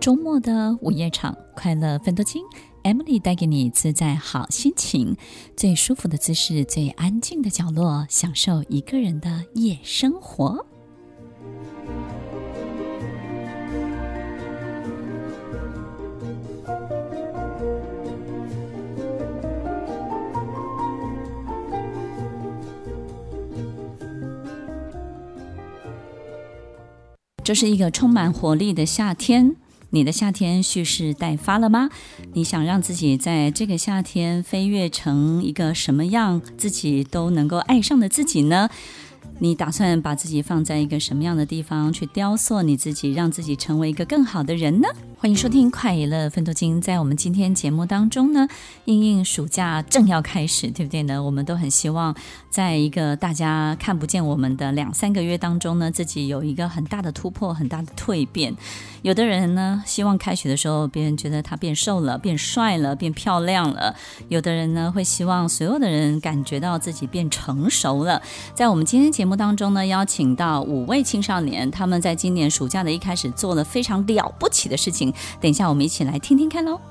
周末的午夜场，快乐分多金 Emily 带给你自在好心情，最舒服的姿势，最安静的角落，享受一个人的夜生活。这是一个充满活力的夏天，你的夏天蓄势待发了吗？你想让自己在这个夏天飞跃成一个什么样自己都能够爱上的自己呢？你打算把自己放在一个什么样的地方去雕塑你自己，让自己成为一个更好的人呢？欢迎收听快乐分多金。在我们今天节目当中呢，因应暑假正要开始，对不对呢？我们都很希望在一个大家看不见我们的2-3个月当中呢，自己有一个很大的突破，很大的蜕变。有的人呢，希望开学的时候别人觉得他变瘦了，变帅了，变漂亮了。有的人呢，会希望所有的人感觉到自己变成熟了。在我们今天节目当中呢，邀请到5位青少年，他们在今年暑假的一开始做了非常了不起的事情。等一下我们一起来听听看咯。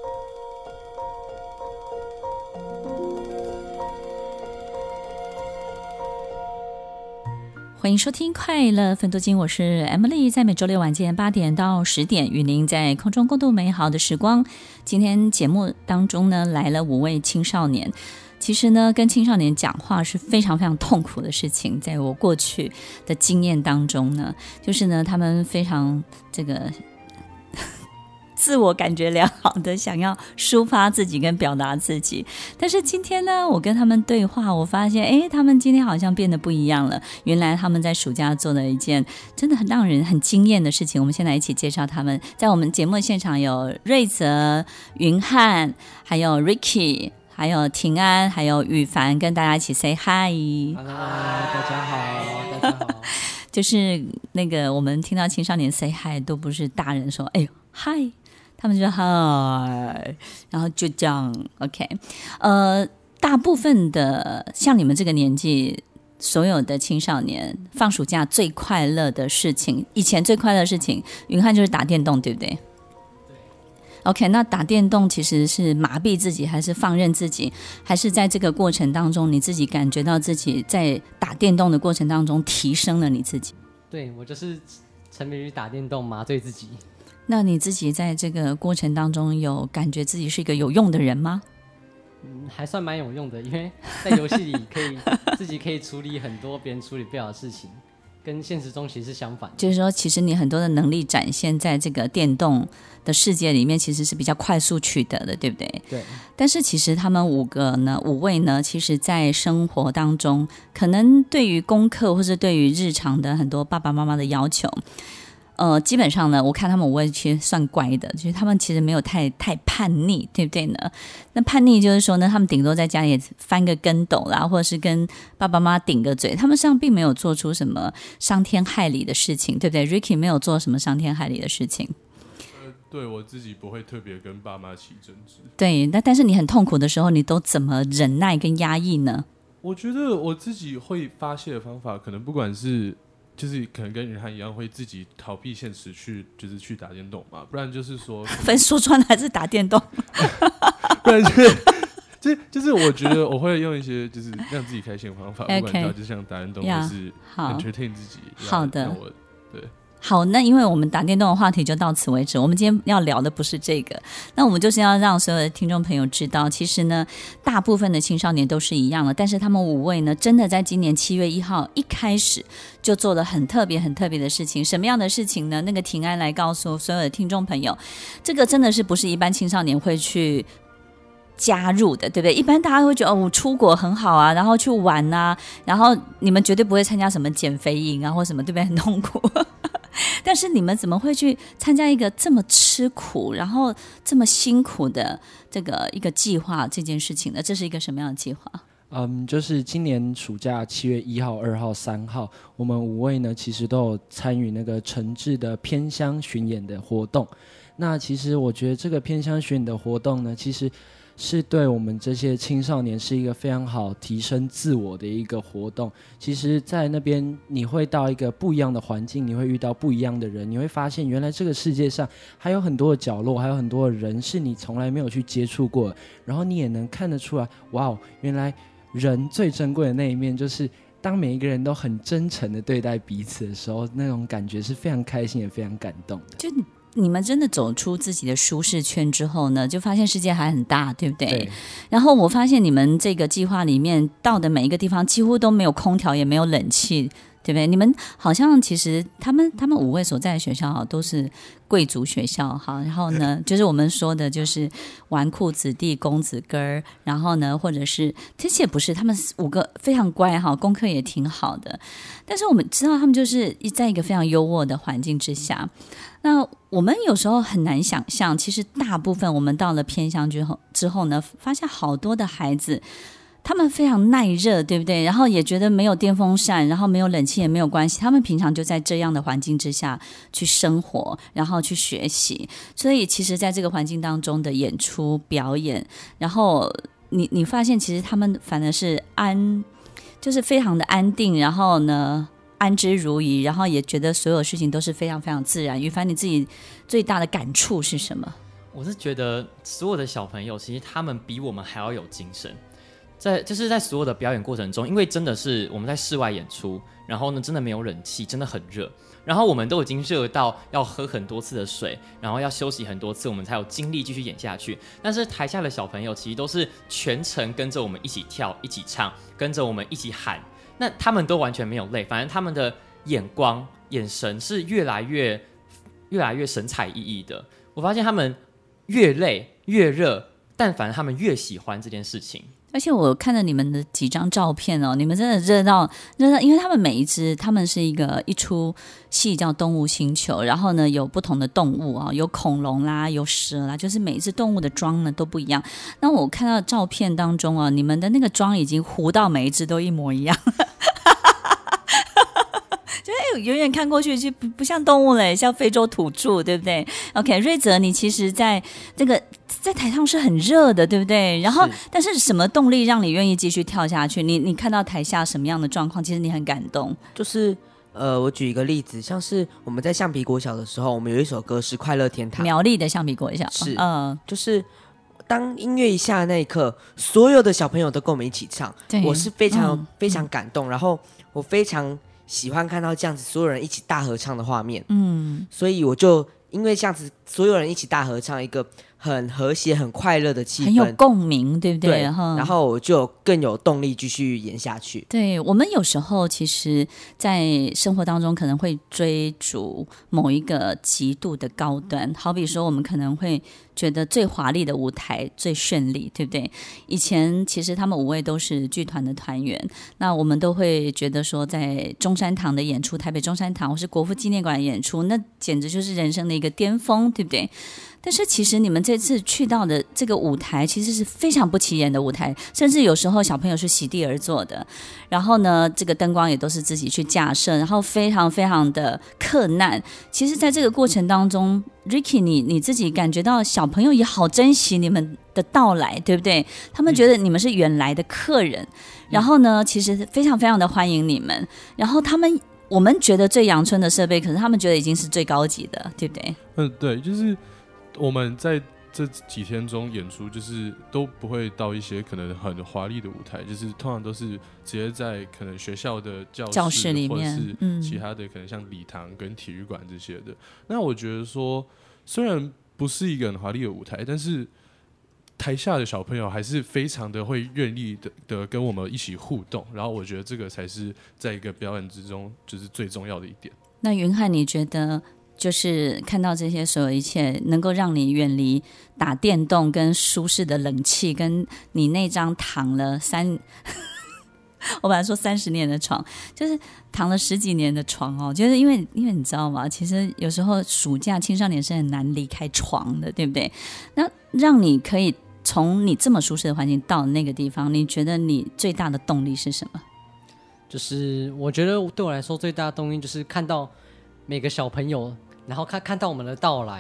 欢迎收听快乐分多金，我是 Emily， 在每周六晚间8点到10点与您在空中共度美好的时光。今天节目当中呢，来了5位青少年。其实呢，跟青少年讲话是非常非常痛苦的事情。在我过去的经验当中呢，就是呢，他们非常这个自我感觉良好的想要抒发自己跟表达自己，但是今天呢，我跟他们对话，我发现他们今天好像变得不一样了。原来他们在暑假做了一件真的很让人很惊艳的事情。我们先来一起介绍他们。在我们节目现场有瑞泽、云汉，还有 Ricky， 还有庭安，还有宇凡，跟大家一起 say hi。 Hello， 大家好，大家好。 就是那个我们听到青少年 say hi 都不是大人说哎呦 hi，他们就嗨，然后就这样 OK。大部分的像你们这个年纪，所有的青少年放暑假最快乐的事情，以前最快乐的事情，云汉就是打电动，对不对？对。OK， 那打电动其实是麻痹自己，还是放任自己，还是在这个过程当中，你自己感觉到自己在打电动的过程当中提升了你自己？ 对，我就是沉迷于打电动，麻醉自己。 那你自己在这个过程当中有感觉自己是一个有用的人吗？ 还算蛮有用的，因为在游戏里自己可以处理很多别人处理不了的事情，跟现实中其实是相反的。就是说其实你很多的能力展现在这个电动的世界里面，其实是比较快速取得的，对不对？ 对。 但是其实他们5位呢，其实在生活当中，可能对于功课或是对于日常的很多爸爸妈妈的要求，基本上呢，我看他们5位其实算乖的，就是他们其实没有太叛逆，对不对呢？那叛逆就是说呢，他们顶多在家里翻个跟斗啦，或者是跟爸爸妈妈顶个嘴，他们实际上并没有做出什么伤天害理的事情，对不对 ？Ricky 没有做什么伤天害理的事情。 对，我自己不会特别跟爸妈起争执。 对，但是你很痛苦的时候，你都怎么忍耐跟压抑呢？ 我觉得我自己会发泄的方法，可能不管是就是可能跟云汉一样，会自己逃避现实就是去打电动嘛，不然就是说分说穿了还是打电动， 不然就是我觉得我会用一些就是让自己开心的方法，不管它就像打电动或是 entertain 自己。 好的， 让我对。 好，那因为我们打电动的话题就到此为止，我们今天要聊的不是这个，那我们就是要让所有的听众朋友知道，其实呢大部分的青少年都是一样的，但是他们5位呢真的在今年7月1号一开始就做了很特别的事情。什么样的事情呢？那个庭安来告诉所有的听众朋友，这个真的是不是一般青少年会去加入的，对不对？一般大家会觉得我出国很好啊，然后去玩啊，然后你们绝对不会参加什么减肥营啊或什么，对不对？很痛苦但是你们怎么会去参加一个这么吃苦然后这么辛苦的这个一个计划这件事情呢？这是一个什么样的计划？ 就是今年暑假7月1号、2号、3号，我们5位呢其实都有参与那个诚挚的偏乡巡演的活动。那其实我觉得这个偏乡巡演的活动呢，其实是对我们这些青少年是一个非常好提升自我的一个活动。其实在那边你会到一个不一样的环境，你会遇到不一样的人，你会发现原来这个世界上还有很多的角落，还有很多的人是你从来没有去接触过的，然后你也能看得出来，哇，原来人最珍贵的那一面就是当每一个人都很真诚的对待彼此的时候，那种感觉是非常开心也非常感动的。 就你们真的走出自己的舒适圈之后呢，就发现世界还很大，对不对？ 对。 然后我发现你们这个计划里面到的每一个地方几乎都没有空调，也没有冷气，对不对？你们好像其实他们5位所在的学校都是贵族学校哈，然后呢，就是我们说的就是纨绔子弟、公子哥儿，然后呢，或者是其实也不是，他们5个非常乖哈，功课也挺好的，但是我们知道他们就是在一个非常优渥的环境之下。那我们有时候很难想象，其实大部分我们到了偏乡之后呢，发现好多的孩子他们非常耐热，对不对？然后也觉得没有电风扇，然后没有冷气也没有关系，他们平常就在这样的环境之下去生活，然后去学习。所以其实在这个环境当中的演出表演，然后你发现其实他们反而是就是非常的安定，然后呢安之如饴，然后也觉得所有事情都是非常非常自然。于凡，你自己最大的感触是什么？ 我是觉得所有的小朋友其实他们比我们还要有精神，就是在所有的表演过程中，因为真的是我们在室外演出，然后呢真的没有冷气，真的很热，然后我们都已经热到要喝很多次的水，然后要休息很多次，我们才有精力继续演下去。但是台下的小朋友其实都是全程跟着我们一起跳一起唱，跟着我们一起喊，那他们都完全没有累，反正他们的眼光眼神是越来越神采奕奕的。我发现他们越累越热，但反正他们越喜欢这件事情。 而且我看了你们的几张照片哦，你们真的热到，因为他们每一支，他们是一出戏叫《动物星球》，然后呢有不同的动物啊，有恐龙啦，有蛇啦，就是每一只动物的妆呢都不一样。那我看到照片当中啊，你们的那个妆已经糊到每一只都一模一样。就是远远看过去就不像动物嘞，像非洲土著，对不对 ？OK， 瑞泽，你其实在台上是很热的，对不对？然后，但是什么动力让你愿意继续跳下去？你看到台下什么样的状况，其实你很感动。 就是我举一个例子，像是我们在橡皮国小的时候，我们有一首歌是《快乐天堂》， 苗栗的橡皮国小是，就是当音乐一下的那一刻，所有的小朋友都跟我们一起唱，我是非常、非常感动，然后我非常喜欢看到这样子所有人一起大合唱的画面，所以我就因为这样子所有人一起大合唱，一个很和谐很快乐的气氛， 很有共鸣，对不对？ 对，然后我就更有动力继续演下去。 对，我们有时候其实在生活当中可能会追逐某一个极度的高端，好比说我们可能会觉得最华丽的舞台最绚丽，对不对？以前其实他们5位都是剧团的团员，那我们都会觉得说在中山堂的演出，台北中山堂或是国父纪念馆的演出，那简直就是人生的一个巅峰，对不对？但是其实你们这次去到的这个舞台其实是非常不起眼的舞台，甚至有时候小朋友是席地而坐的，然后呢这个灯光也都是自己去架设，然后非常非常的困难。其实在这个过程当中 Ricky 你自己感觉到小朋友也好珍惜你们的到来，对不对？他们觉得你们是远来的客人，然后呢其实非常非常的欢迎你们，然后我们觉得最阳春的设备，可是他们觉得已经是最高级的，对不对？ 对，就是我们在这几天中演出，就是都不会到一些可能很华丽的舞台，就是通常都是直接在可能学校的教室里面，或者是其他的可能像礼堂跟体育馆这些的。那我觉得说，虽然不是一个很华丽的舞台，但是台下的小朋友还是非常的会愿意的跟我们一起互动，然后我觉得这个才是在一个表演之中就是最重要的一点。 那云翰，你觉得就是看到这些所有一切，能够让你远离打电动跟舒适的冷气，跟你那张躺了我本来说30年的床，就是躺了10几年的床哦。就是因为你知道吗？其实有时候暑假青少年是很难离开床的，对不对？那让你可以从你这么舒适的环境到那个地方，你觉得你最大的动力是什么？ 就是我觉得对我来说最大的动力就是看到每个小朋友，然后看到我们的到来，不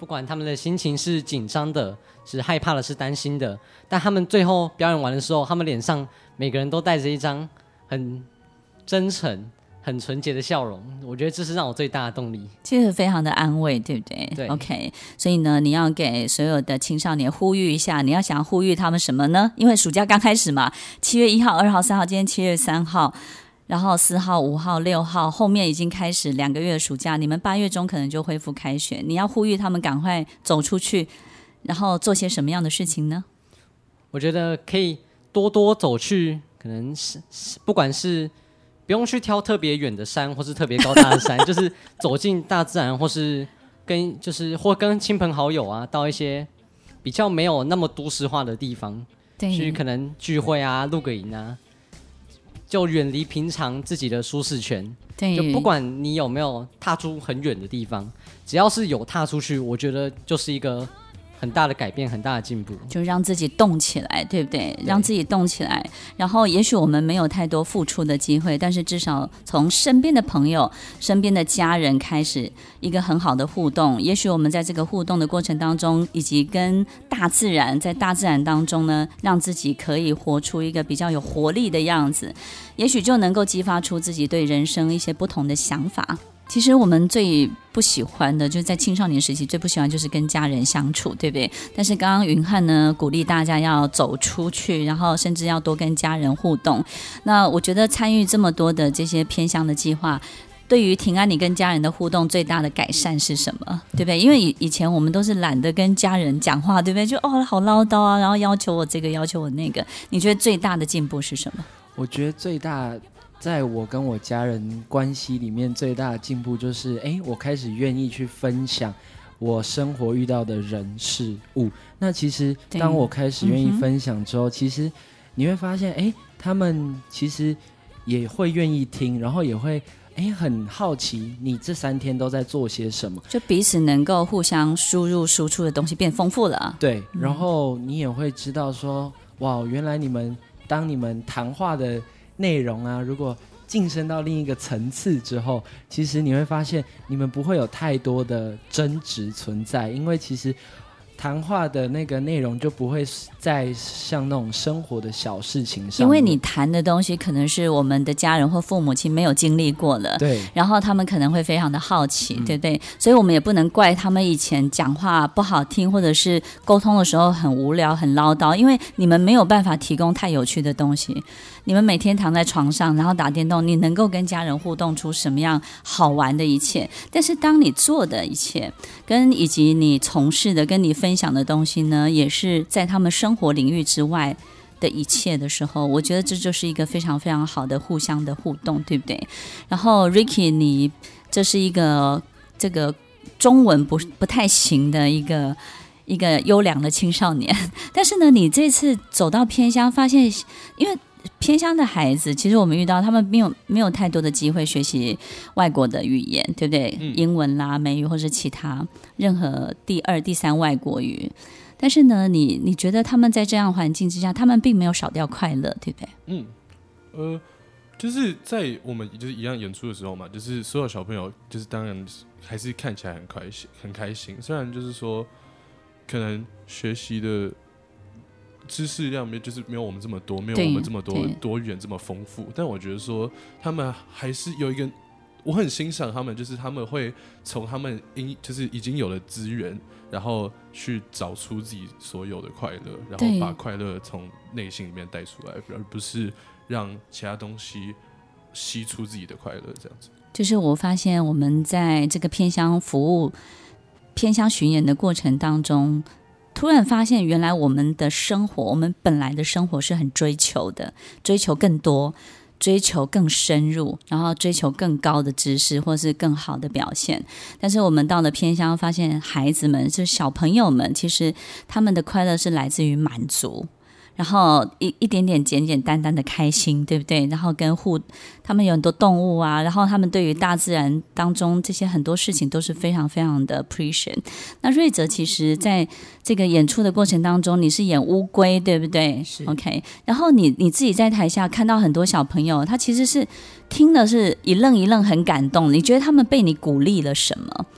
不管他们的心情是紧张的、是害怕的、是担心的，但他们最后表演完的时候，他们脸上每个人都带着一张很真诚、很纯洁的笑容，我觉得这是让我最大的动力。 其实非常的安慰，对不对？ 对 ，OK。所以呢，你要给所有的青少年呼吁一下，你要想要呼吁他们什么呢？因为暑假刚开始嘛，7月1号、2号、3号，今天7月3号。然后4号、5号、6号后面已经开始2个月的暑假，你们8月中可能就恢复开学。你要呼吁他们赶快走出去，然后做些什么样的事情呢？ 我觉得可以多多走去，可能是不管是不用去挑特别远的山，或是特别高大的山，就是走进大自然，或是跟亲朋好友啊，到一些比较没有那么都市化的地方，去可能聚会啊、露个营啊。就远离平常自己的舒适圈， 对， 就不管你有没有踏出很远的地方，只要是有踏出去，我觉得就是一个很大的改变，很大的进步， 就让自己动起来，对不对？让自己动起来，然后也许我们没有太多付出的机会，但是至少从身边的朋友、身边的家人开始一个很好的互动。也许我们在这个互动的过程当中，以及跟大自然在大自然当中呢，让自己可以活出一个比较有活力的样子，也许就能够激发出自己对人生一些不同的想法。其实我们最不喜欢的就是在青少年时期最不喜欢就是跟家人相处，对不对？但是刚刚云翰呢鼓励大家要走出去，然后甚至要多跟家人互动。那我觉得参与这么多的这些偏乡的计划，对于庭安你跟家人的互动最大的改善是什么？对不对？因为以前我们都是懒得跟家人讲话，对不对？就好唠叨啊，然后要求我这个要求我那个。你觉得最大的进步是什么？ 我觉得最大在我跟我家人关系里面最大的进步就是，我开始愿意去分享我生活遇到的人事物。那其实当我开始愿意分享之后，其实你会发现，他们其实也会愿意听，然后也会很好奇你这3天都在做些什么， 就彼此能够互相输入输出的东西变丰富了。 对，然后你也会知道说，哇，原来当你们谈话的内容啊，如果晋升到另一个层次之后，其实你会发现你们不会有太多的争执存在，因为其实谈话的那个内容就不会再像那种生活的小事情上， 因为你谈的东西可能是我们的家人或父母亲没有经历过的， 对， 然后他们可能会非常的好奇，对不对？所以我们也不能怪他们以前讲话不好听，或者是沟通的时候很无聊、很唠叨，因为你们没有办法提供太有趣的东西。你们每天躺在床上，然后打电动，你能够跟家人互动出什么样好玩的一切？但是当你做的一切，以及你从事的、跟你分享的东西呢，也是在他们生活领域之外的一切的时候，我觉得这就是一个非常非常好的互相的互动，对不对？然后 Ricky， 你这是一个这个中文不太行的一个优良的青少年，但是呢，你这次走到偏乡，发现因为偏乡的孩子，其实我们遇到他们没有太多的机会学习外国的语言，对不对？英文啦、美语或是其他任何第2、第3外国语。但是呢，你觉得他们在这样环境之下，他们并没有少掉快乐，对不对？ 就是在我们就是一样演出的时候嘛，就是所有小朋友就是当然还是看起来很开心，虽然就是说可能学习的知识量就是没有我们这么多，没有我们这么多元这么丰富，但我觉得说他们还是有一个，我很欣赏他们，就是他们会从他们就是已经有的资源，然后去找出自己所有的快乐，然后把快乐从内心里面带出来，而不是让其他东西吸出自己的快乐，这样子。 就是我发现我们在这个偏乡服务、偏乡巡演的过程当中，突然发现原来我们的生活，我们本来的生活是很追求的，追求更多，追求更深入，然后追求更高的知识或是更好的表现。但是我们到了偏乡，发现孩子们，就是小朋友们，其实他们的快乐是来自于满足，然后一点点简简单单的开心，对不对？然后他们有很多动物啊，然后他们对于大自然当中这些很多事情都是非常非常的 appreciate。 那瑞哲其实在这个演出的过程当中，你是演乌龟，对不对？ 是 OK。 然后你自己在台下看到很多小朋友，他其实是听的是一愣一愣，很感动。你觉得他们被你鼓励了什么？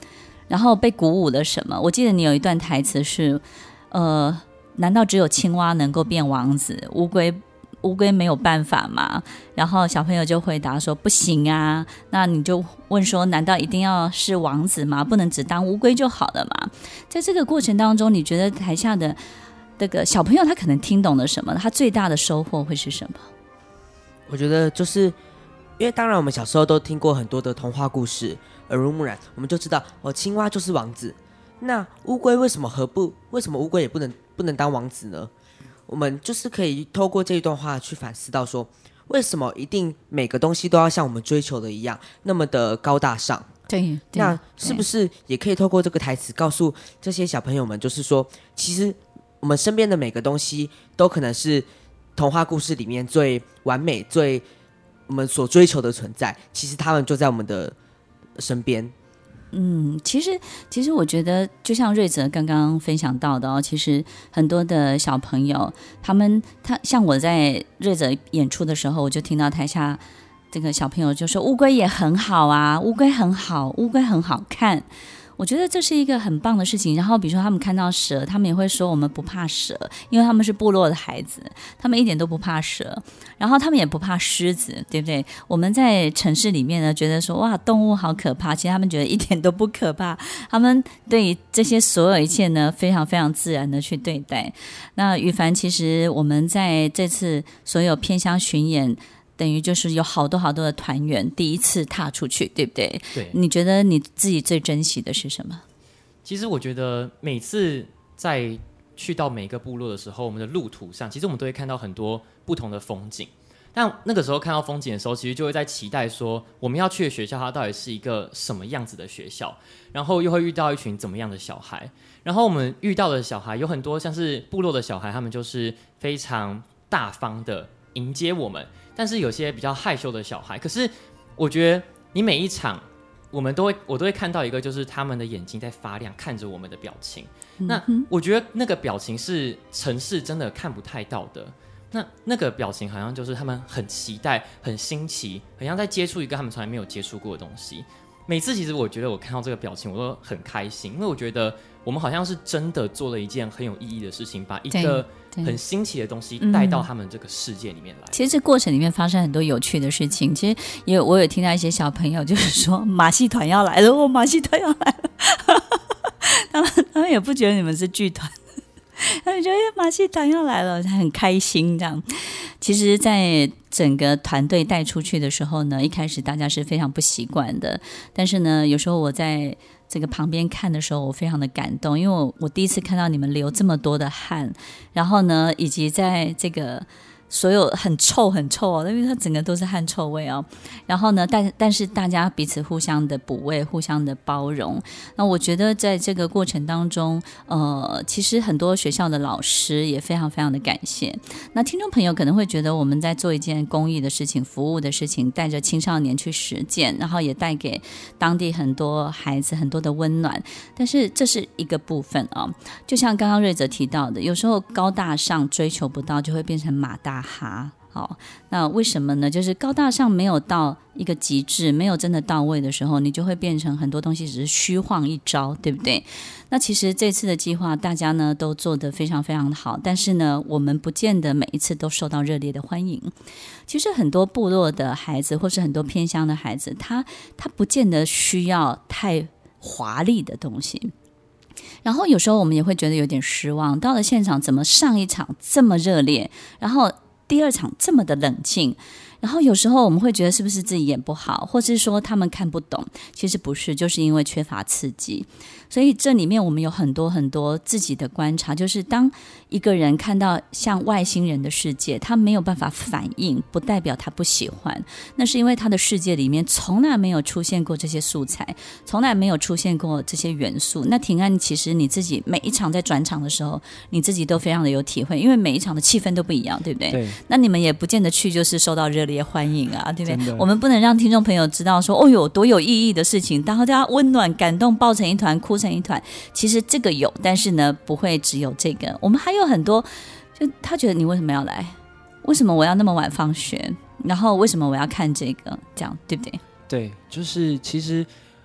然后被鼓舞了什么？我记得你有一段台词是，难道只有青蛙能够变王子，乌龟没有办法吗？然后小朋友就回答说不行啊。那你就问说，难道一定要是王子吗？不能只当乌龟就好了吗？在这个过程当中，你觉得台下的这个小朋友他可能听懂了什么？他最大的收获会是什么？ 我觉得就是因为当然我们小时候都听过很多的童话故事，耳濡目染，我们就知道青蛙就是王子。那乌龟为什么乌龟也不能当王子呢？我们就是可以透过这一段话去反思到说，为什么一定每个东西都要像我们追求的一样那么的高大上？ 对， 那是不是也可以透过这个台词告诉这些小朋友们，就是说，其实我们身边的每个东西都可能是童话故事里面最完美、最我们所追求的存在，其实他们就在我们的身边。 其实我觉得，就像瑞哲刚刚分享到的其实很多的小朋友，像我在瑞哲演出的时候，我就听到台下这个小朋友就说：“乌龟也很好啊，乌龟很好，乌龟很好看。”我觉得这是一个很棒的事情。然后比如说他们看到蛇，他们也会说我们不怕蛇，因为他们是部落的孩子，他们一点都不怕蛇，然后他们也不怕狮子，对不对？我们在城市里面呢，觉得说哇动物好可怕，其实他们觉得一点都不可怕，他们对于这些所有一切呢非常非常自然的去对待。那宇凡，其实我们在这次所有偏乡巡演，等于就是有好多好多的团员第一次踏出去，对不对？ 对。 你觉得你自己最珍惜的是什么？ 其实我觉得每次在去到每个部落的时候，我们的路途上，其实我们都会看到很多不同的风景。但那个时候看到风景的时候，其实就会在期待说，我们要去的学校它到底是一个什么样子的学校，然后又会遇到一群怎么样的小孩。然后我们遇到的小孩有很多像是部落的小孩，他们就是非常大方的迎接我们，但是有些比较害羞的小孩，可是我觉得你每一场我都会看到一个，就是他们的眼睛在发亮，看着我们的表情。那我觉得那个表情是城市真的看不太到的。那个表情好像就是他们很期待、很新奇，很像在接触一个他们从来没有接触过的东西。每次其实我觉得我看到这个表情，我都很开心，因为我觉得我们好像是真的做了一件很有意义的事情，把一个很新奇的东西带到他们这个世界里面来。 其实这过程里面发生很多有趣的事情。其实我有听到一些小朋友就是说马戏团要来了，马戏团要来了他们也不觉得你们是剧团，他们觉得马戏团要来了，很开心这样。其实在整个团队带出去的时候呢，一开始大家是非常不习惯的，但是呢有时候我在这个旁边看的时候，我非常的感动，因为我第一次看到你们流这么多的汗，然后呢以及在这个所有很臭因为它整个都是汗臭味然后呢但是大家彼此互相的补位，互相的包容。那我觉得在这个过程当中其实很多学校的老师也非常非常的感谢。那听众朋友可能会觉得我们在做一件公益的事情，服务的事情，带着青少年去实践，然后也带给当地很多孩子很多的温暖，但是这是一个部分就像刚刚瑞哲提到的，有时候高大上追求不到，就会变成马大哈。那为什么呢？就是高大上没有到一个极致，没有真的到位的时候，你就会变成很多东西只是虚晃一招，对不对？那其实这次的计划大家呢都做得非常非常的好，但是呢我们不见得每一次都受到热烈的欢迎。其实很多部落的孩子或是很多偏乡的孩子，他不见得需要太华丽的东西，然后有时候我们也会觉得有点失望，到了现场怎么上一场这么热烈，然后第二场这么的冷静，然后有时候我们会觉得是不是自己演不好，或是说他们看不懂，其实不是，就是因为缺乏刺激。所以这里面我们有很多很多自己的观察，就是当一个人看到像外星人的世界，他没有办法反应，不代表他不喜欢，那是因为他的世界里面从来没有出现过这些素材，从来没有出现过这些元素。那庭安其实你自己每一场在转场的时候，你自己都非常的有体会，因为每一场的气氛都不一样，对不对？ 对。 那你们也不见得去就是受到热烈欢迎啊，对不对？我们不能让听众朋友知道说有多有意义的事情，然后大家温暖感动抱成一团哭成一团，其实这个有，但是呢不会只有这个，我们还有很多，就他觉得你为什么要来，为什么我要那么晚放学，然后为什么我要看这个，这样对不对？ 对，就是其实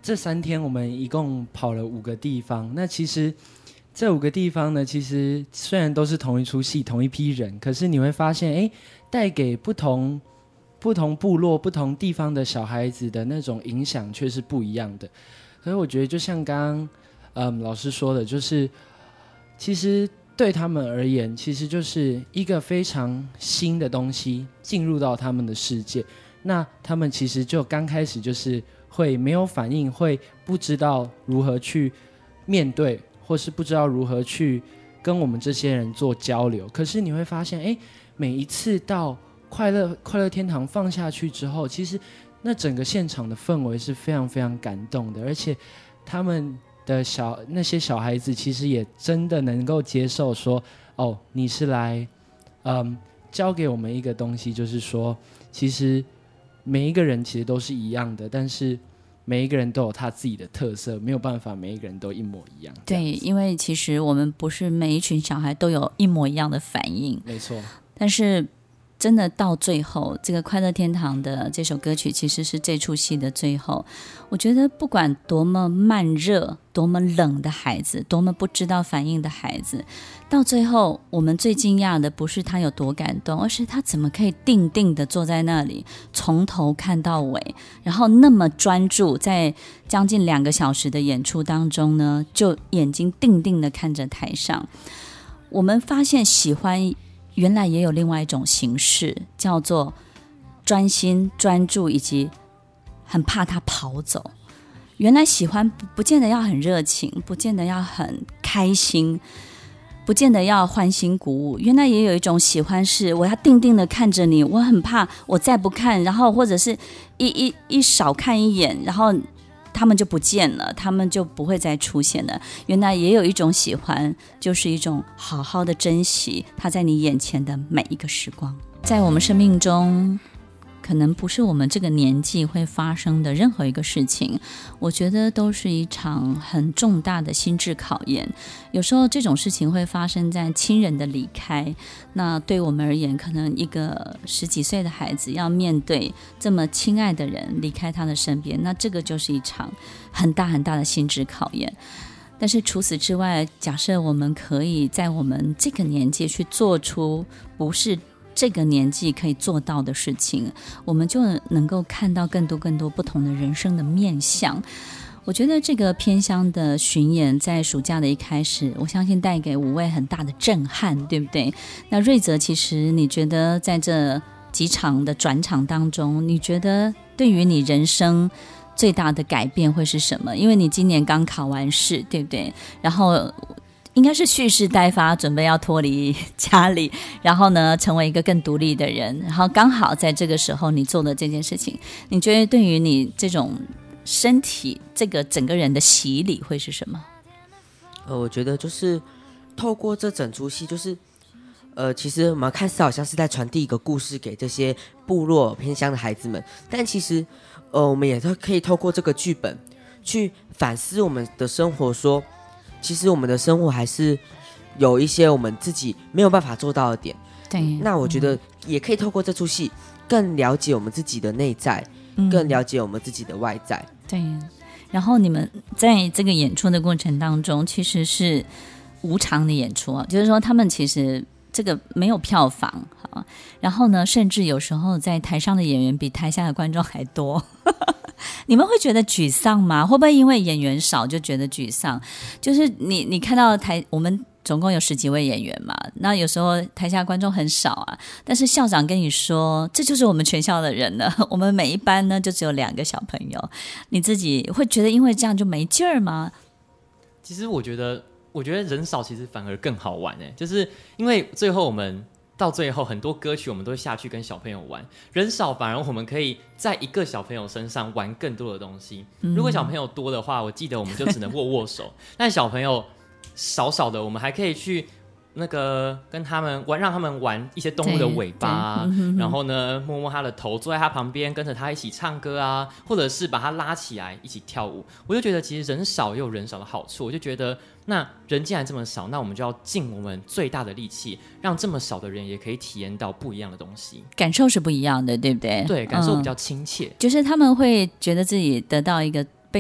这3天我们一共跑了5个地方。那其实这5个地方呢，其实虽然都是同一出戏同一批人，可是你会发现带给不同部落不同地方的小孩子的那种影响却是不一样的。所以我觉得就像刚刚老师说的，就是其实对他们而言，其实就是一个非常新的东西进入到他们的世界。那他们其实就刚开始就是会没有反应，会不知道如何去面对，或是不知道如何去跟我们这些人做交流。可是你会发现每一次到快乐天堂放下去之后，其实那整个现场的氛围是非常非常感动的，而且他们的那些小孩子其实也真的能够接受说，你是来教给我们一个东西，就是说其实每一个人其实都是一样的，但是每一个人都有他自己的特色，没有办法每一个人都一模一样。 对，因为其实我们不是每一群小孩都有一模一样的反应， 没错。 但是真的到最后，这个快乐天堂的这首歌曲其实是这出戏的最后。我觉得不管多么慢热多么冷的孩子，多么不知道反应的孩子，到最后我们最惊讶的不是他有多感动，而是他怎么可以定定的坐在那里，从头看到尾，然后那么专注，在将近2个小时的演出当中呢，就眼睛定定的看着台上。我们发现喜欢原来也有另外一种形式，叫做专心专注以及很怕他跑走。原来喜欢不见得要很热情，不见得要很开心，不见得要欢欣鼓舞。原来也有一种喜欢是我要定定的看着你，我很怕我再不看，然后或者是一少看一眼，然后他们就不见了，他们就不会再出现了。原来也有一种喜欢，就是一种好好的珍惜他在你眼前的每一个时光。在我们生命中可能不是我们这个年纪会发生的任何一个事情，我觉得都是一场很重大的心智考验。有时候这种事情会发生在亲人的离开，那对我们而言，可能一个10几岁的孩子要面对这么亲爱的人离开他的身边，那这个就是一场很大很大的心智考验。但是除此之外，假设我们可以在我们这个年纪去做出不是这个年纪可以做到的事情，我们就能够看到更多不同的人生的面向。我觉得这个偏乡的巡演在暑假的一开始，我相信带给5位很大的震撼，对不对？那瑞泽，其实你觉得在这几场的转场当中，你觉得对于你人生最大的改变会是什么？因为你今年刚考完试，对不对？然后应该是蓄势待发，准备要脱离家里，然后呢成为一个更独立的人，然后刚好在这个时候你做了这件事情，你觉得对于你这种身体这个整个人的洗礼会是什么？ 我觉得就是透过这整出戏，就是其实我们看似好像是在传递一个故事给这些部落偏乡的孩子们，但其实我们也可以透过这个剧本去反思我们的生活，说其实我们的生活还是有一些我们自己没有办法做到的点。 对， 那我觉得也可以透过这出戏更了解我们自己的内在，更了解我们自己的外在。 对，然后你们在这个演出的过程当中，其实是无偿的演出啊，就是说他们其实这个没有票房，然后呢，甚至有时候在台上的演员比台下的观众还多。你们会觉得沮丧吗？会不会因为演员少就觉得沮丧？就是你看到我们总共有10几位演员嘛，那有时候台下观众很少啊，但是校长跟你说这就是我们全校的人了，我们每一班呢就只有2个小朋友，你自己会觉得因为这样就没劲儿吗？ 其实我觉得人少其实反而更好玩欸，就是因为最后我们到最后很多歌曲我们都会下去跟小朋友玩，人少反而我们可以在一个小朋友身上玩更多的东西。如果小朋友多的话，我记得我们就只能握手，但小朋友少的，我们还可以去那个跟他们玩，让他们玩一些动物的尾巴啊，然后呢摸摸他的头，坐在他旁边跟着他一起唱歌啊，或者是把他拉起来一起跳舞。我就觉得其实人少也有人少的好处，我就觉得那人既然这么少，那我们就要尽我们最大的力气，让这么少的人也可以体验到不一样的东西， 感受是不一样的，对不对？ 对，感受比较亲切， 就是他们会觉得自己得到一个被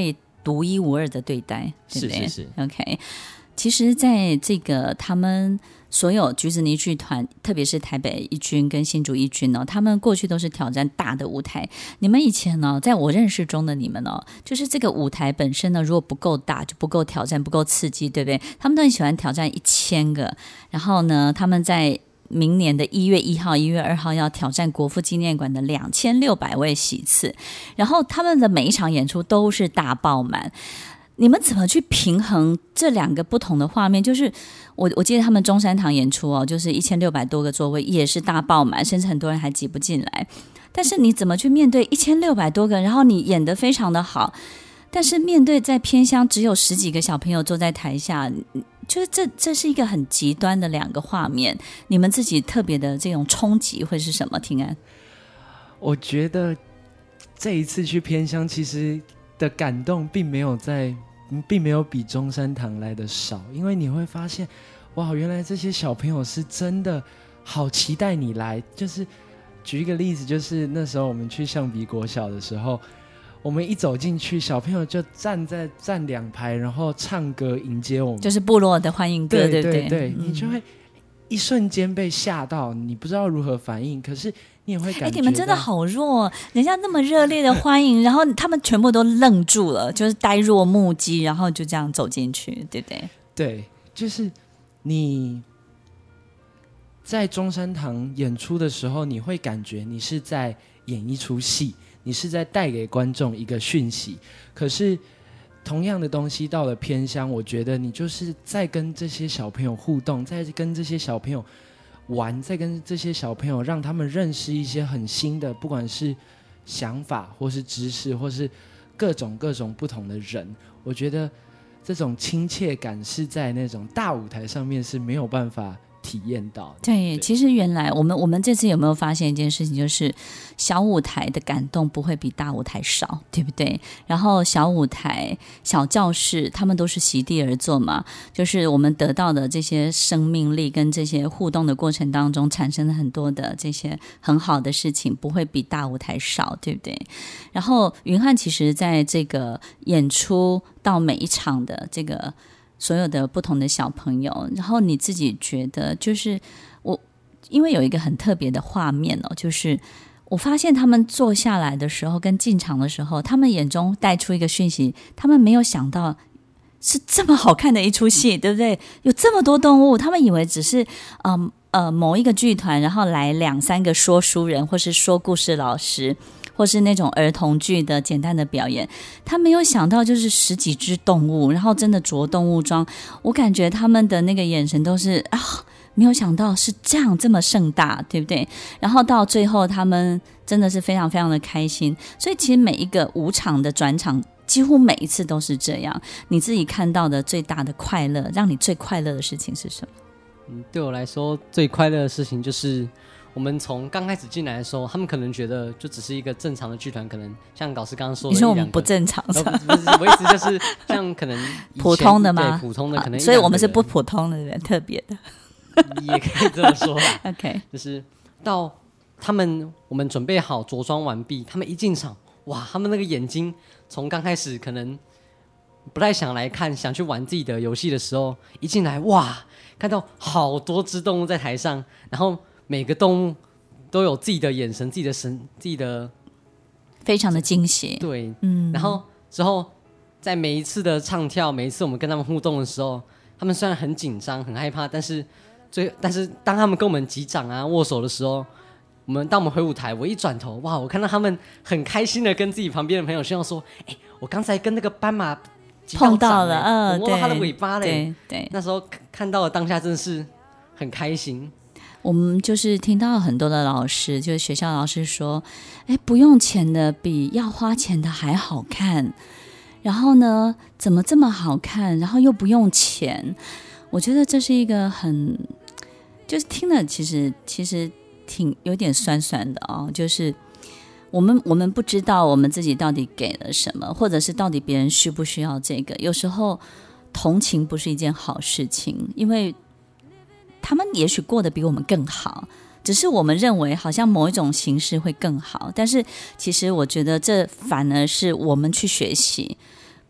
独一无二的对待，对不对？ 是 OK。其实在这个他们所有橘子泥剧团，特别是台北一军跟新竹一军呢，他们过去都是挑战大的舞台。你们以前呢，在我认识中的你们呢，就是这个舞台本身呢，如果不够大，就不够挑战，不够刺激，对不对？他们都很喜欢挑战1000个，然后呢，他们在明年的1月1号、1月2号要挑战国父纪念馆的2600位席次，然后他们的每一场演出都是大爆满。你们怎么去平衡这两个不同的画面？就是我记得他们中山堂演出就是1600多个座位也是大爆满，甚至很多人还挤不进来。但是你怎么去面对1600多个，然后你演得非常的好，但是面对在偏乡只有10几个小朋友坐在台下，就是这是一个很极端的两个画面。你们自己特别的这种冲击会是什么？庭安， 我觉得这一次去偏乡，其实的感动并没有比中山堂来的少，因为你会发现，哇，原来这些小朋友是真的好期待你来。就是举一个例子，就是那时候我们去象鼻国小的时候，我们一走进去，小朋友就站2排，然后唱歌迎接我们， 就是部落的欢迎歌，对不对？ 对，你就会一瞬间被吓到，你不知道如何反应，可是你也会感觉你们真的好弱，人家那么热烈的欢迎，然后他们全部都愣住了，就是呆若木鸡，然后就这样走进去，对不对？ 对，就是你在中山堂演出的时候，你会感觉你是在演一出戏，你是在带给观众一个讯息。可是同样的东西到了偏乡，我觉得你就是在跟这些小朋友互动，在跟这些小朋友玩，在跟这些小朋友让他们认识一些很新的，不管是想法或是知识或是各种不同的人。我觉得这种亲切感是在那种大舞台上面是没有办法体验到的。 对，其实原来我们这次有没有发现一件事情，就是小舞台的感动不会比大舞台少，对不对？然后小舞台、小教室，他们都是席地而坐嘛，就是我们得到的这些生命力跟这些互动的过程当中，产生了很多的这些很好的事情，不会比大舞台少，对不对？然后云翰其实在这个演出到每一场的这个所有的不同的小朋友，然后你自己觉得，就是因为有一个很特别的画面就是我发现他们坐下来的时候跟进场的时候，他们眼中带出一个讯息，他们没有想到是这么好看的一出戏，对不对？有这么多动物，他们以为只是某一个剧团，然后来2-3个说书人或是说故事老师，或是那种儿童剧的简单的表演，他没有想到就是10几只动物，然后真的着动物装，我感觉他们的那个眼神都是没有想到是这么盛大，对不对？然后到最后他们真的是非常非常的开心，所以其实每一个5场的转场几乎每一次都是这样。你自己看到的最大的快乐，让你最快乐的事情是什么？ 对我来说最快乐的事情就是我们从刚开始进来的时候，他们可能觉得就只是一个正常的剧团，可能像老师刚刚说的， 你说我们不正常， 我意思就是像可能普通的吗？ 对，普通的可能， 所以我们是不普通的人，特别的， 也可以这么说吧。 OK， 就是到我们准备好着装完毕，他们一进场，哇，他们那个眼睛从刚开始可能不太想来看，想去玩自己的游戏的时候，一进来，哇，看到好多只动物在台上，然后每个动物都有自己的眼神、自己的神、自己的， 非常的惊喜。 对，然后之后在每一次的唱跳，每一次我们跟他们互动的时候，他们虽然很紧张、很害怕，但是当他们跟我们击掌啊、握手的时候，当我们回舞台，我一转头，哇，我看到他们很开心的跟自己旁边的朋友炫耀说：“我刚才跟那个斑马碰到了， 我摸到他的尾巴嘞。” 对， 那时候看到的当下真的是很开心。 我们就是听到很多的老师，就是学校老师说：“不用钱的比要花钱的还好看。”然后呢，怎么这么好看？然后又不用钱？我觉得这是一个就是听了其实挺有点酸酸的就是我们不知道我们自己到底给了什么，或者是到底别人需不需要这个。有时候同情不是一件好事情，因为他们也许过得比我们更好，只是我们认为好像某一种形式会更好，但是其实我觉得这反而是我们去学习，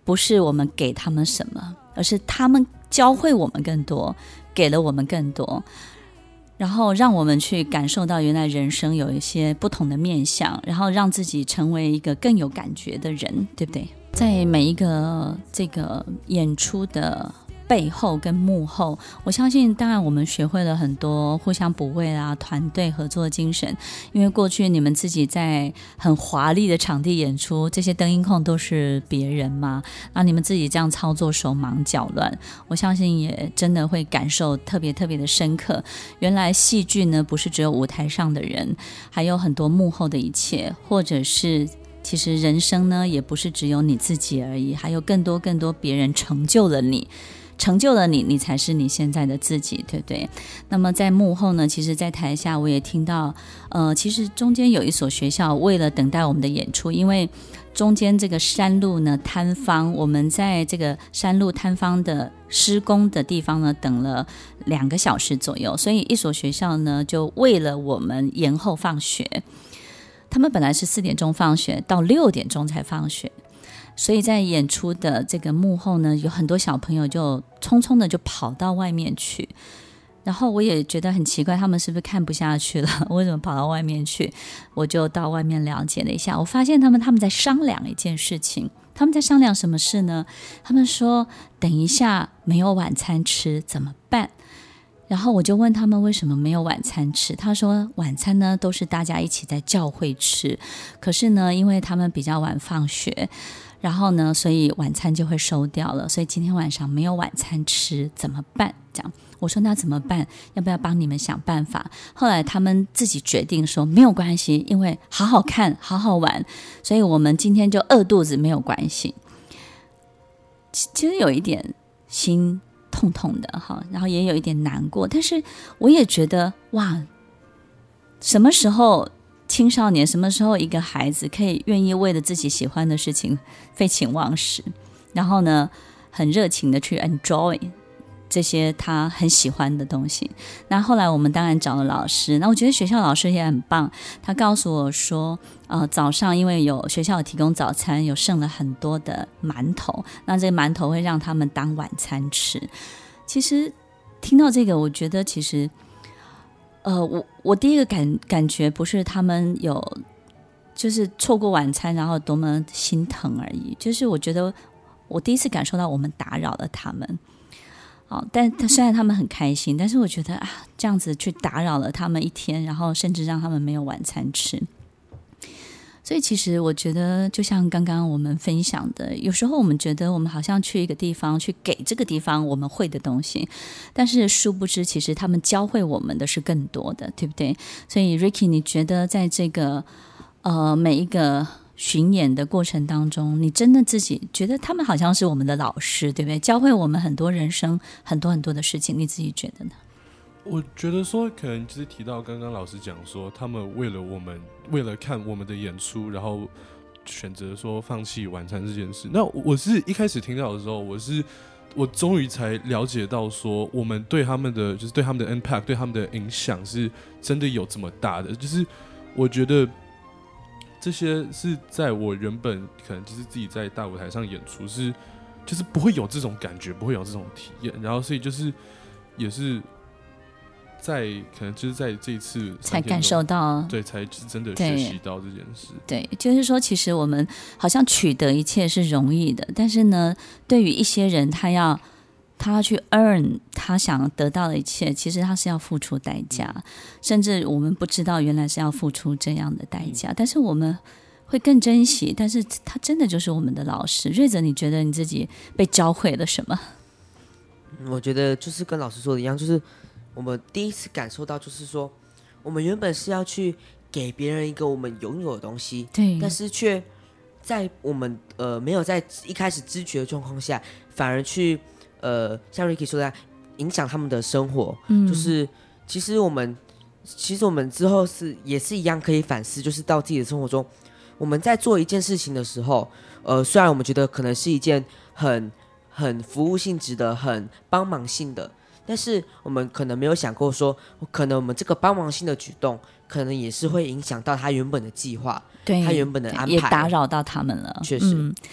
不是我们给他们什么，而是他们教会我们更多，给了我们更多，然后让我们去感受到原来人生有一些不同的面向，然后让自己成为一个更有感觉的人，对不对？在每一个这个演出的背后跟幕后，我相信当然我们学会了很多互相补位啊，团队合作精神，因为过去你们自己在很华丽的场地演出，这些灯音控都是别人嘛，然后你们自己这样操作手忙脚乱，我相信也真的会感受特别特别的深刻。原来戏剧呢不是只有舞台上的人，还有很多幕后的一切，或者是其实人生呢也不是只有你自己而已，还有更多更多别人成就了你，你才是你现在的自己，对不对？那么在幕后呢，其实在台下我也听到其实中间有一所学校为了等待我们的演出，因为中间这个山路呢坍方，我们在这个山路坍方的施工的地方呢等了2个小时左右，所以一所学校呢就为了我们延后放学，他们本来是4点钟放学，到6点钟才放学，所以在演出的这个幕后呢，有很多小朋友就匆匆的就跑到外面去，然后我也觉得很奇怪，他们是不是看不下去了，为什么跑到外面去？我就到外面了解了一下，我发现他们在商量一件事情。他们在商量什么事呢？他们说等一下没有晚餐吃怎么办？然后我就问他们为什么没有晚餐吃，他说晚餐呢都是大家一起在教会吃，可是呢因为他们比较晚放学，然后呢所以晚餐就会收掉了，所以今天晚上没有晚餐吃怎么办？这样我说那怎么办？要不要帮你们想办法？后来他们自己决定说没有关系，因为好好看好好玩，所以我们今天就饿肚子没有关系。其实有一点心痛痛的哈，然后也有一点难过，但是我也觉得哇，什么时候青少年，什么时候一个孩子可以愿意为了自己喜欢的事情废寝忘食，然后呢很热情的去 enjoy这些他很喜欢的东西。那后来我们当然找了老师，那我觉得学校老师也很棒，他告诉我说早上因为有学校有提供早餐，有剩了很多的馒头，那这个馒头会让他们当晚餐吃。其实听到这个，我觉得其实我第一个感觉不是他们有就是错过晚餐然后多么心疼而已，就是我觉得我第一次感受到我们打扰了他们。但虽然他们很开心，但是我觉得这样子去打扰了他们一天，然后甚至让他们没有晚餐吃。所以其实我觉得就像刚刚我们分享的，有时候我们觉得我们好像去一个地方去给这个地方我们会的东西，但是殊不知其实他们教会我们的是更多的，对不对？所以 Ricky 你觉得在这个每一个巡演的过程当中，你真的自己觉得他们好像是我们的老师，对不对？教会我们很多人生很多很多的事情，你自己觉得呢？ 我觉得说可能就是提到刚刚老师讲说他们为了看我们的演出，然后选择说放弃晚餐这件事。那我是一开始听到的时候，我终于才了解到说我们对他们的就是对他们的 impact 对他们的影响是真的有这么大的。就是我觉得这些是在我原本可能就是自己在大舞台上演出是就是不会有这种感觉，不会有这种体验，然后所以就是也是在可能就是在这一次才感受到， 对，才是真的学习到这件事。 对，就是说其实我们好像取得一切是容易的，但是呢对于一些人他要去 earn 他想得到的一切，其实他是要付出代价，甚至我们不知道原来是要付出这样的代价，但是我们会更珍惜，但是他真的就是我们的老师。瑞泽，你觉得你自己被教会了什么？ 我觉得就是跟老师说的一样，就是我们第一次感受到，就是说我们原本是要去给别人一个我们拥有的东西， 对， 但是却在我们没有在一开始知觉的状况下，反而去像 Ricky 说的影响他们的生活。就是其实我们之后也是一样可以反思，就是到自己的生活中，我们在做一件事情的时候，虽然我们觉得可能是一件很服务性质的、很帮忙性的，但是我们可能没有想过说，可能我们这个帮忙性的举动，可能也是会影响到他原本的计划， 对， 他原本的安排， 也打扰到他们了。 确实。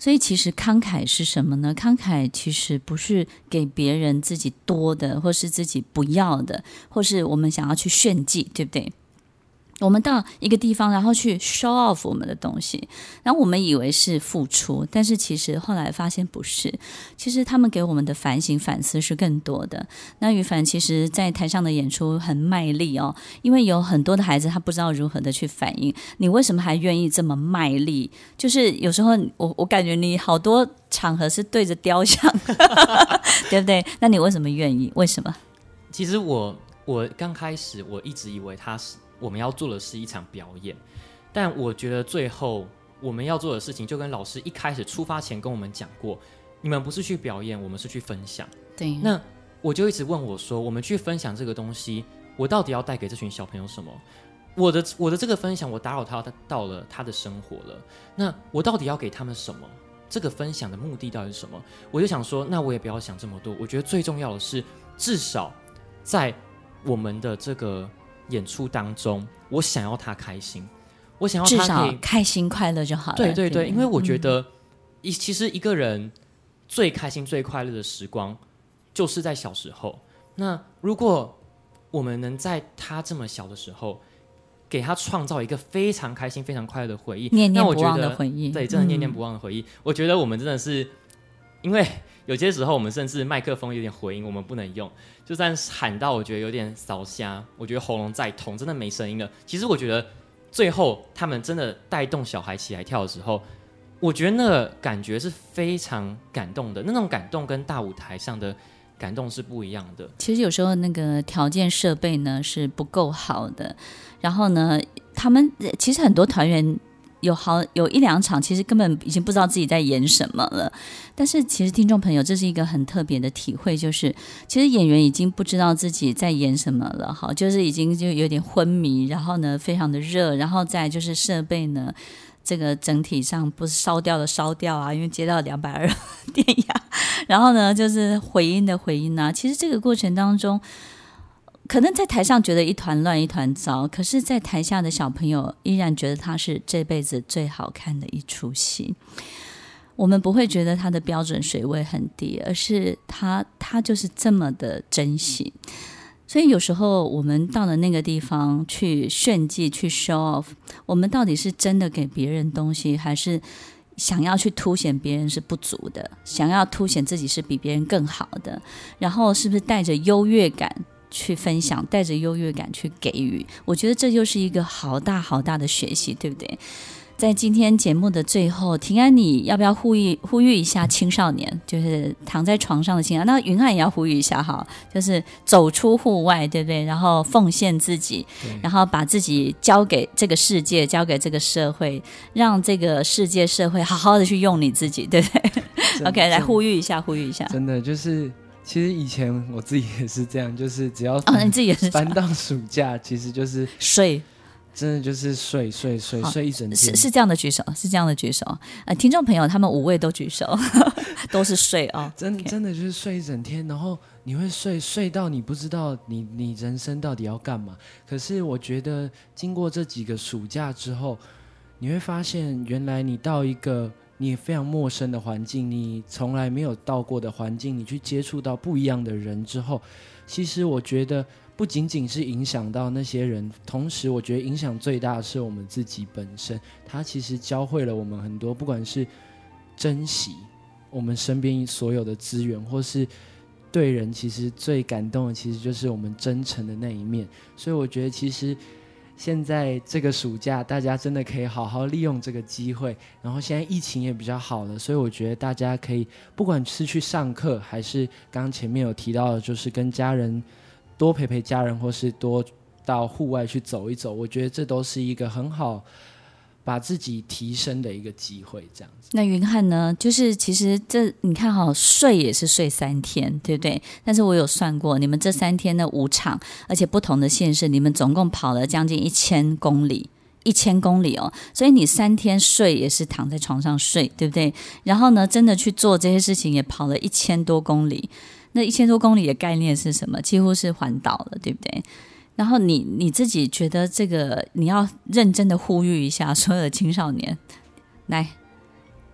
所以其实慷慨是什么呢？慷慨其实不是给别人自己多的，或是自己不要的，或是我们想要去炫技，对不对？我们到一个地方，然后去 show off 我们的东西，然后我们以为是付出，但是其实后来发现不是。其实他们给我们的反省反思是更多的。那宇凡其实在台上的演出很卖力哦，因为有很多的孩子他不知道如何的去反应。你为什么还愿意这么卖力？就是有时候我感觉你好多场合是对着雕像对不对？那你为什么愿意？为什么？ 其实我刚开始我一直以为我们要做的是一场表演，但我觉得最后我们要做的事情就跟老师一开始出发前跟我们讲过，你们不是去表演，我们是去分享。 对， 那我就一直问我说，我们去分享这个东西，我到底要带给这群小朋友什么？我的这个分享，我打扰他到了他的生活了，那我到底要给他们什么？这个分享的目的到底是什么？我就想说，那我也不要想这么多，我觉得最重要的是，至少在我们的这个演出当中，我想要他开心，我想要他可以至少开心快乐就好了。 对对对，因为我觉得，其实一个人最开心最快乐的时光就是在小时候。那如果我们能在他这么小的时候给他创造一个非常开心非常快乐的回忆， 念念不忘的回忆， 对，真的念念不忘的回忆。我觉得我们真的是，因为有些时候我们甚至麦克风有点回音我们不能用，就算喊到我觉得有点扫瞎，我觉得喉咙在痛，真的没声音了。其实我觉得最后他们真的带动小孩起来跳的时候，我觉得那个感觉是非常感动的，那种感动跟大舞台上的感动是不一样的。 其实有时候那个条件设备呢是不够好的，然后呢他们其实很多团员有一两场其实根本已经不知道自己在演什么了。但是其实听众朋友，这是一个很特别的体会，就是其实演员已经不知道自己在演什么了，好，就是已经就有点昏迷，然后呢非常的热，然后再就是设备呢这个整体上不是烧掉的烧掉啊，因为接到220电压，然后呢就是回音的回音啊。其实这个过程当中可能在台上觉得一团乱一团糟，可是在台下的小朋友依然觉得它是这辈子最好看的一出戏。我们不会觉得他的标准水位很低，而是他就是这么的珍惜。所以有时候我们到了那个地方去炫技去 show off， 我们到底是真的给别人东西，还是想要去凸显别人是不足的，想要凸显自己是比别人更好的，然后是不是带着优越感去分享，带着优越感去给予。我觉得这就是一个好大好大的学习，对不对？在今天节目的最后，庭安你要不要呼吁一下青少年，就是躺在床上的青少年，那云汉也要呼吁一下哈，就是走出户外，对不对？然后奉献自己，然后把自己交给这个世界，交给这个社会，让这个世界社会好好的去用你自己，对不对？OK， 来呼吁一下。 真的就是其实以前我自己也是这样，就是只要你自己也是搬到暑假，其实就是睡， 真的就是睡一整天。 是这样的举手，听众朋友他们5位都举手都是睡哦， 真的就是睡一整天，然后你会睡到你不知道你人生到底要干嘛。可是我觉得经过这几个暑假之后，你会发现原来你到一个你非常陌生的环境，你从来没有到过的环境，你去接触到不一样的人之后，其实我觉得不仅仅是影响到那些人，同时我觉得影响最大的是我们自己本身。它其实教会了我们很多，不管是珍惜我们身边所有的资源，或是对人其实最感动的其实就是我们真诚的那一面。所以我觉得其实现在这个暑假大家真的可以好好利用这个机会，然后现在疫情也比较好了，所以我觉得大家可以不管是去上课，还是刚刚前面有提到的就是跟家人多陪家人，或是多到户外去走一走，我觉得这都是一个很好把自己提升的一个机会，这样子。 那云汉呢？就是其实这你看哈，睡也是睡3天，对不对？但是我有算过，你们这3天的5场，而且不同的县市，你们总共跑了将近1000公里，1000公里哦。所以你3天睡也是躺在床上睡，对不对？然后呢，真的去做这些事情，也跑了1000多公里。那1000多公里的概念是什么？几乎是环岛了，对不对？然后你自己觉得这个你要认真的呼吁一下所有的青少年，来，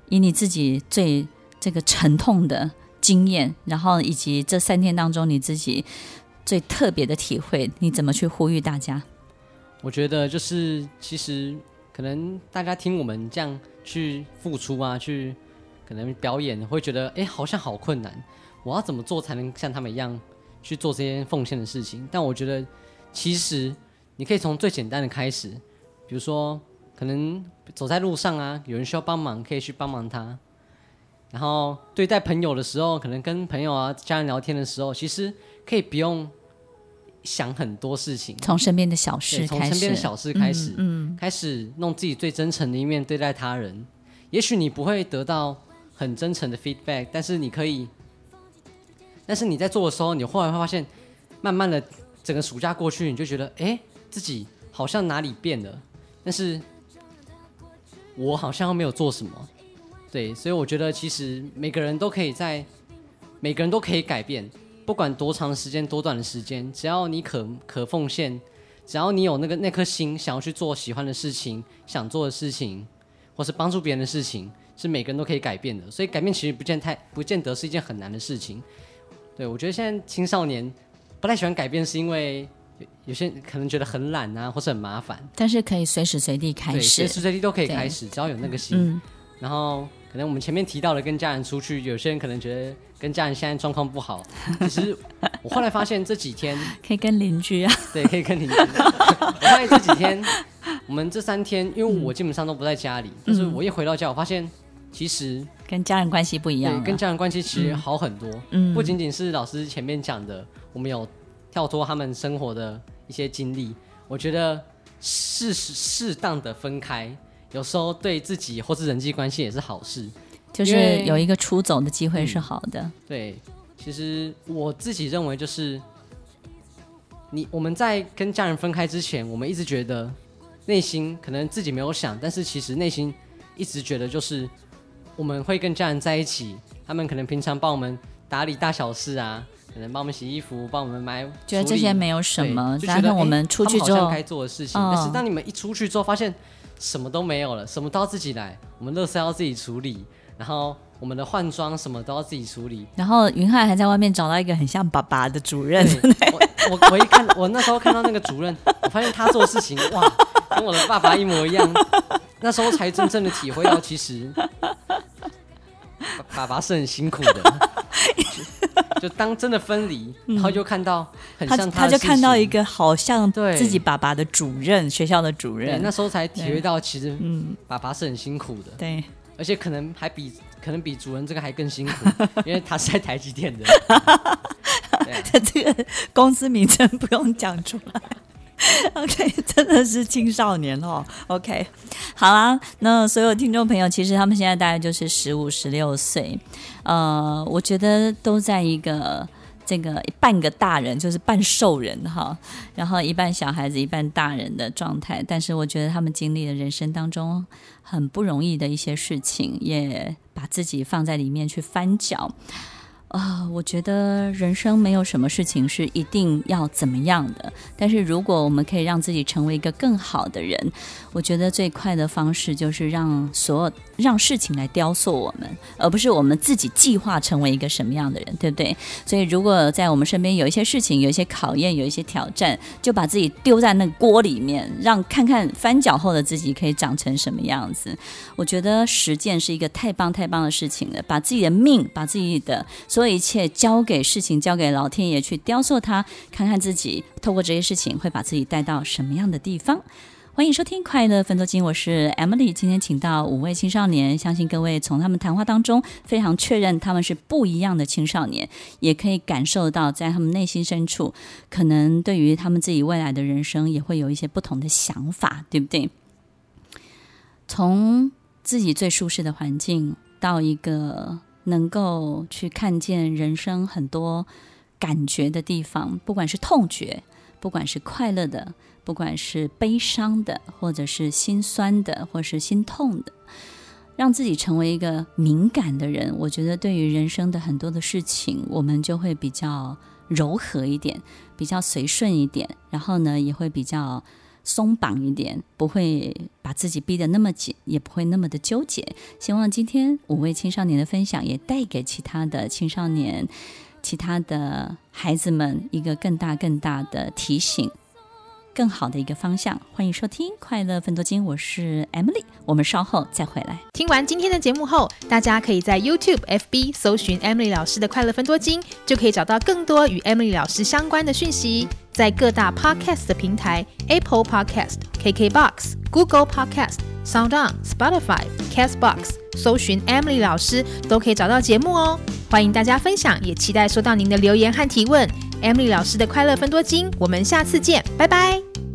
以你自己最这个沉痛的经验，然后以及这3天当中你自己最特别的体会，你怎么去呼吁大家？ 我觉得就是其实可能大家听我们这样去付出啊，去可能表演，会觉得好像好困难，我要怎么做才能像他们一样去做这些奉献的事情？但我觉得其实你可以从最简单的开始，比如说可能走在路上啊，有人需要帮忙，可以去帮忙他。然后对待朋友的时候，可能跟朋友啊、家人聊天的时候，其实可以不用想很多事情， 从身边的小事开始， 从身边的小事开始，开始弄自己最真诚的一面对待他人。也许你不会得到很真诚的 feedback， 但是你在做的时候，你后来会发现，慢慢的整个暑假过去，你就觉得，自己好像哪里变了，但是我好像没有做什么。对，所以我觉得其实每个人都可以改变，不管多长的时间多短的时间，只要你可奉献，只要你有那颗心想要去做喜欢的事情，想做的事情，或是帮助别人的事情，是每个人都可以改变的。所以改变其实不见得是一件很难的事情。对，我觉得现在青少年不太喜欢改变，是因为有些人可能觉得很懒啊，或是很麻烦， 但是可以随时随地开始， 对，随时随地都可以开始，只要有那个心。然后可能我们前面提到的跟家人出去，有些人可能觉得跟家人现在状况不好，其实我后来发现这几天可以跟邻居啊， 对，可以跟邻居。我发现这几天我们这3天，因为我基本上都不在家里，但是我一回到家，我发现其实跟家人关系不一样， 对，跟家人关系其实好很多。不仅仅是老师前面讲的，我们有跳脱他们生活的一些经历，我觉得适当的分开，有时候对自己或是人际关系也是好事， 就是有一个出走的机会是好的。 对，其实我自己认为就是我们在跟家人分开之前，我们一直觉得内心可能自己没有想，但是其实内心一直觉得就是我们会跟家人在一起，他们可能平常帮我们打理大小事啊，可能帮我们洗衣服，帮我们买， 觉得这些没有什么， 但是我们出去之后他们好像该做的事情，但是当你们一出去之后，发现什么都没有了，什么都要自己来，我们垃圾要自己处理，然后我们的换装什么都要自己处理， 然后云汉还在外面找到一个很像爸爸的主任。 我一看，我那时候看到那个主任，我发现他做事情哇，跟我的爸爸一模一样。那时候才真正的体会到，其实爸爸是很辛苦的。就当真的分离，然后就看到很像他就看到一个好像自己爸爸的主任，学校的主任。 对，那时候才体会到，其实爸爸是很辛苦的。 对， 而且可能比主任这个还更辛苦，因为他是在台积电的。 这个公司名称不用讲出来。OK， 真的是青少年哦。OK， 好啦，那所有听众朋友，其实他们现在大概就是15、16岁，我觉得都在一个这个半个大人，就是半兽人哈，然后一半小孩子一半大人的状态。但是我觉得他们经历了人生当中很不容易的一些事情，也把自己放在里面去翻搅。我觉得人生没有什么事情是一定要怎么样的，但是如果我们可以让自己成为一个更好的人，我觉得最快的方式就是让事情来雕塑我们，而不是我们自己计划成为一个什么样的人，对不对？所以如果在我们身边有一些事情，有一些考验，有一些挑战，就把自己丢在那个锅里面，让看看翻搅后的自己可以长成什么样子。我觉得实践是一个太棒的事情了，把自己的命，把自己的所有一切交给老天爷去雕塑它，看看自己透过这些事情会把自己带到什么样的地方。欢迎收听快乐奋斗经，我是 Emily。 今天请到5位青少年，相信各位从他们谈话当中非常确认他们是不一样的青少年，也可以感受到在他们内心深处可能对于他们自己未来的人生也会有一些不同的想法，对不对？从自己最舒适的环境到一个能够去看见人生很多感觉的地方，不管是痛觉，不管是快乐的，不管是悲伤的，或者是心酸的，或是心痛的，让自己成为一个敏感的人，我觉得对于人生的很多的事情，我们就会比较柔和一点，比较随顺一点，然后呢也会比较松绑一点，不会把把自己逼得那么紧，也不会那么的纠结。希望今天5位青少年的分享也带给其他的青少年、其他的孩子们一个更大的提醒，更好的一个方向。欢迎收听快乐分多金，我是 Emily， 我们稍后再回来。 听完今天的节目后，大家可以在 YouTube、FB 搜寻 Emily 老师的快乐分多金，就可以找到更多与 Emily 老师相关的讯息。在各大 Podcast 的平台 Apple Podcast、KKBox、Google Podcast、SoundOn、Spotify、Castbox 搜寻 Emily 老师都可以找到节目哦。欢迎大家分享，也期待收到您的留言和提问。Emily 老师的快乐分多金，我们下次见，拜拜。